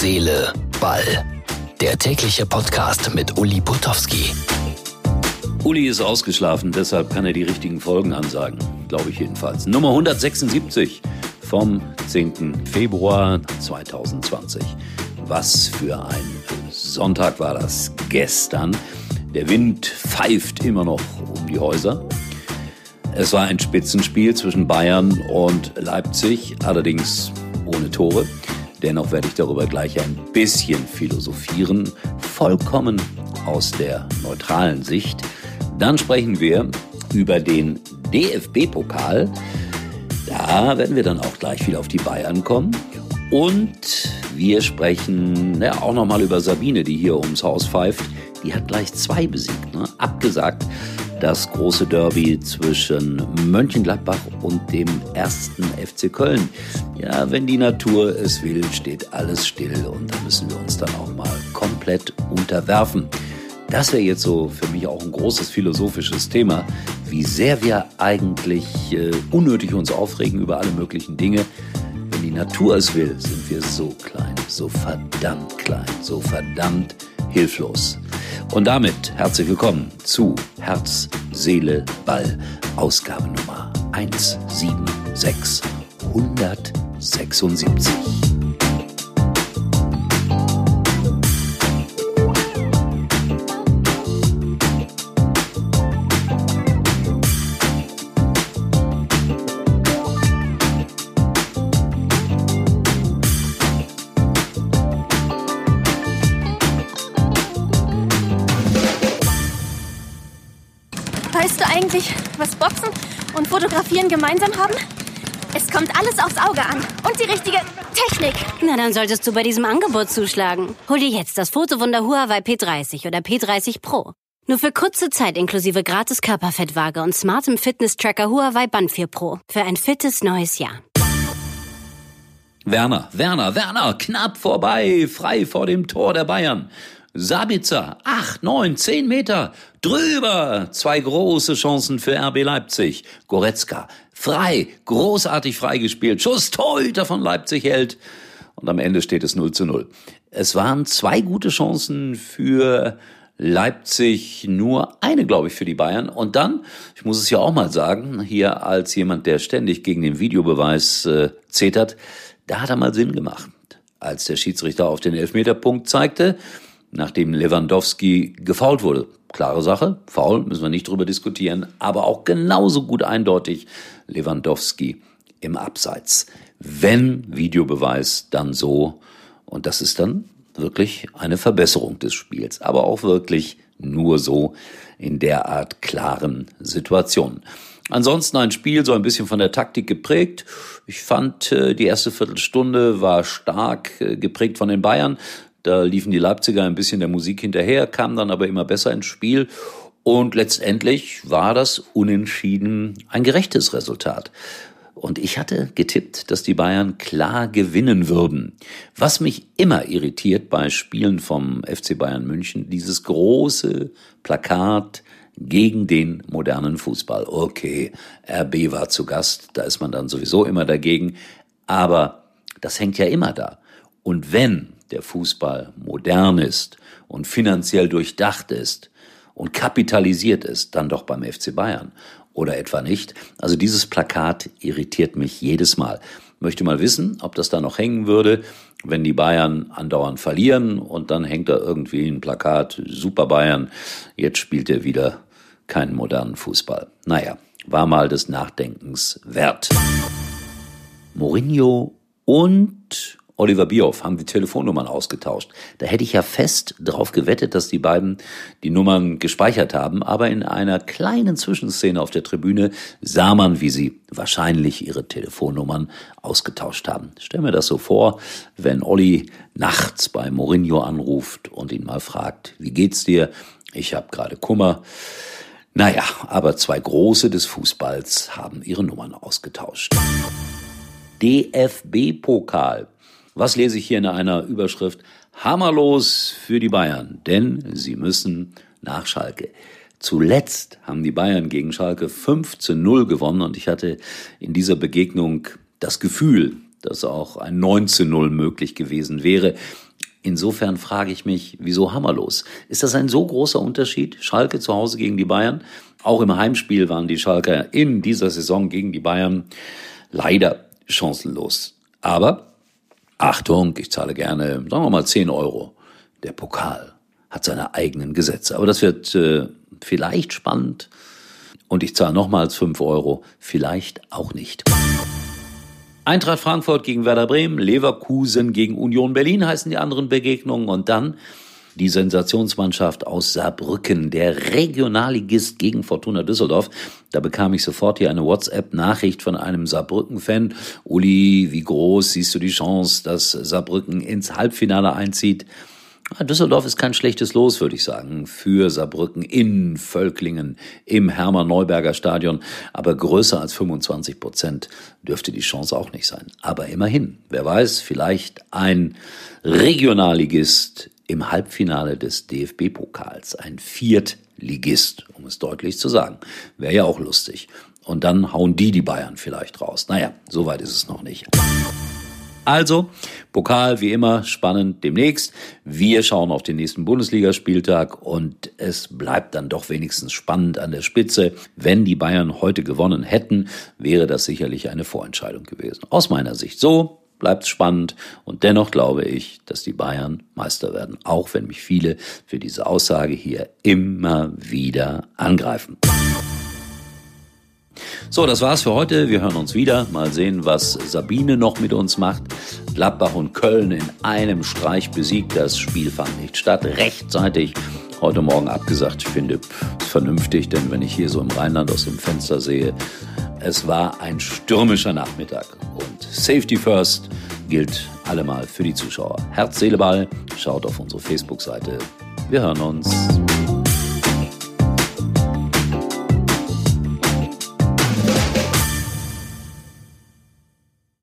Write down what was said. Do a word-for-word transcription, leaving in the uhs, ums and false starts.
Seele, Ball. Der tägliche Podcast mit Uli Potowski. Uli ist ausgeschlafen, deshalb kann er die richtigen Folgen ansagen. Glaube ich jedenfalls. Nummer hundertsechsundsiebzig vom zehnten Februar zweitausendzwanzig. Was für ein Sonntag war das gestern. Der Wind pfeift immer noch um die Häuser. Es war ein Spitzenspiel zwischen Bayern und Leipzig, allerdings ohne Tore. Dennoch werde ich darüber gleich ein bisschen philosophieren, vollkommen aus der neutralen Sicht. Dann sprechen wir über den D F B-Pokal. Da werden wir dann auch gleich wieder auf die Bayern kommen. Und wir sprechen ja, auch nochmal über Sabine, die hier ums Haus pfeift. Die hat gleich zwei besiegt, ne? Abgesagt das große Derby zwischen Mönchengladbach und dem ersten F C Köln. Ja, wenn die Natur es will, steht alles still und da müssen wir uns dann auch mal komplett unterwerfen. Das wäre jetzt so für mich auch ein großes philosophisches Thema, wie sehr wir eigentlich äh, unnötig uns aufregen über alle möglichen Dinge. Wenn die Natur es will, sind wir so klein, so verdammt klein, so verdammt hilflos. Und damit herzlich willkommen zu Herz, Seele, Ball, Ausgabe Nummer hundertsiebenundsechzig, hundertsechsundsiebzig. Weißt du eigentlich, was Boxen und Fotografieren gemeinsam haben? Es kommt alles aufs Auge an und die richtige Technik. Na, dann solltest du bei diesem Angebot zuschlagen. Hol dir jetzt das Fotowunder Huawei P dreißig oder P dreißig Pro. Nur für kurze Zeit inklusive gratis Körperfettwaage und smartem Fitness-Tracker Huawei Band vier Pro. Für ein fittes neues Jahr. Werner, Werner, Werner, knapp vorbei, frei vor dem Tor der Bayern. Sabitzer, acht, neun, zehn Meter, drüber, zwei große Chancen für R B Leipzig. Goretzka, frei, großartig freigespielt, Schuss, Torhüter von Leipzig hält und am Ende steht es null zu null. Es waren zwei gute Chancen für Leipzig, nur eine, glaube ich, für die Bayern. Und dann, ich muss es ja auch mal sagen, hier als jemand, der ständig gegen den Videobeweis äh, zetert, da hat er mal Sinn gemacht, als der Schiedsrichter auf den Elfmeterpunkt zeigte, nachdem Lewandowski gefoult wurde. Klare Sache, Foul, müssen wir nicht drüber diskutieren, aber auch genauso gut eindeutig Lewandowski im Abseits. Wenn Videobeweis, dann so. Und das ist dann wirklich eine Verbesserung des Spiels, aber auch wirklich nur so in derart klaren Situationen. Ansonsten ein Spiel so ein bisschen von der Taktik geprägt. Ich fand, die erste Viertelstunde war stark geprägt von den Bayern. Da liefen die Leipziger ein bisschen der Musik hinterher, kamen dann aber immer besser ins Spiel. Und letztendlich war das Unentschieden ein gerechtes Resultat. Und ich hatte getippt, dass die Bayern klar gewinnen würden. Was mich immer irritiert bei Spielen vom F C Bayern München, dieses große Plakat gegen den modernen Fußball. Okay, R B war zu Gast, da ist man dann sowieso immer dagegen. Aber das hängt ja immer da. Und wenn der Fußball modern ist und finanziell durchdacht ist und kapitalisiert ist, dann doch beim F C Bayern oder etwa nicht. Also dieses Plakat irritiert mich jedes Mal. Möchte mal wissen, ob das da noch hängen würde, wenn die Bayern andauernd verlieren und dann hängt da irgendwie ein Plakat, Super Bayern, jetzt spielt er wieder keinen modernen Fußball. Naja, war mal des Nachdenkens wert. Mourinho und Oliver Bierhoff haben die Telefonnummern ausgetauscht. Da hätte ich ja fest drauf gewettet, dass die beiden die Nummern gespeichert haben, aber in einer kleinen Zwischenszene auf der Tribüne sah man, wie sie wahrscheinlich ihre Telefonnummern ausgetauscht haben. Stell mir das so vor, wenn Olli nachts bei Mourinho anruft und ihn mal fragt, wie geht's dir? Ich habe gerade Kummer. Naja, aber zwei Große des Fußballs haben ihre Nummern ausgetauscht. D F B-Pokal. Was lese ich hier in einer Überschrift? Hammerlos für die Bayern, denn sie müssen nach Schalke. Zuletzt haben die Bayern gegen Schalke fünf zu null gewonnen und ich hatte in dieser Begegnung das Gefühl, dass auch ein neun zu null möglich gewesen wäre. Insofern frage ich mich, wieso hammerlos? Ist das ein so großer Unterschied? Schalke zu Hause gegen die Bayern? Auch im Heimspiel waren die Schalker in dieser Saison gegen die Bayern leider chancenlos. Aber, Achtung, ich zahle gerne, sagen wir mal zehn Euro. Der Pokal hat seine eigenen Gesetze. Aber das wird äh, vielleicht spannend. Und ich zahle nochmals fünf Euro. Vielleicht auch nicht. Eintracht Frankfurt gegen Werder Bremen, Leverkusen gegen Union Berlin heißen die anderen Begegnungen. Und dann die Sensationsmannschaft aus Saarbrücken, der Regionalligist gegen Fortuna Düsseldorf. Da bekam ich sofort hier eine WhatsApp-Nachricht von einem Saarbrücken-Fan. Uli, wie groß siehst du die Chance, dass Saarbrücken ins Halbfinale einzieht? Düsseldorf ist kein schlechtes Los, würde ich sagen, für Saarbrücken in Völklingen im Hermann-Neuberger Stadion. Aber größer als fünfundzwanzig Prozent dürfte die Chance auch nicht sein. Aber immerhin, wer weiß, vielleicht ein Regionalligist im Halbfinale des D F B-Pokals, ein Viertligist, um es deutlich zu sagen. Wäre ja auch lustig. Und dann hauen die die Bayern vielleicht raus. Naja, so weit ist es noch nicht. Also, Pokal wie immer spannend demnächst. Wir schauen auf den nächsten Bundesligaspieltag und es bleibt dann doch wenigstens spannend an der Spitze. Wenn die Bayern heute gewonnen hätten, wäre das sicherlich eine Vorentscheidung gewesen. Aus meiner Sicht so bleibt es spannend und dennoch glaube ich, dass die Bayern Meister werden, auch wenn mich viele für diese Aussage hier immer wieder angreifen. So, das war's für heute. Wir hören uns wieder. Mal sehen, was Sabine noch mit uns macht. Gladbach und Köln in einem Streich besiegt. Das Spiel fand nicht statt. Rechtzeitig heute Morgen abgesagt. Ich finde es vernünftig, denn wenn ich hier so im Rheinland aus dem Fenster sehe, es war ein stürmischer Nachmittag. Und Safety First gilt allemal für die Zuschauer. Herz, Seele, Ball. Schaut auf unsere Facebook-Seite. Wir hören uns.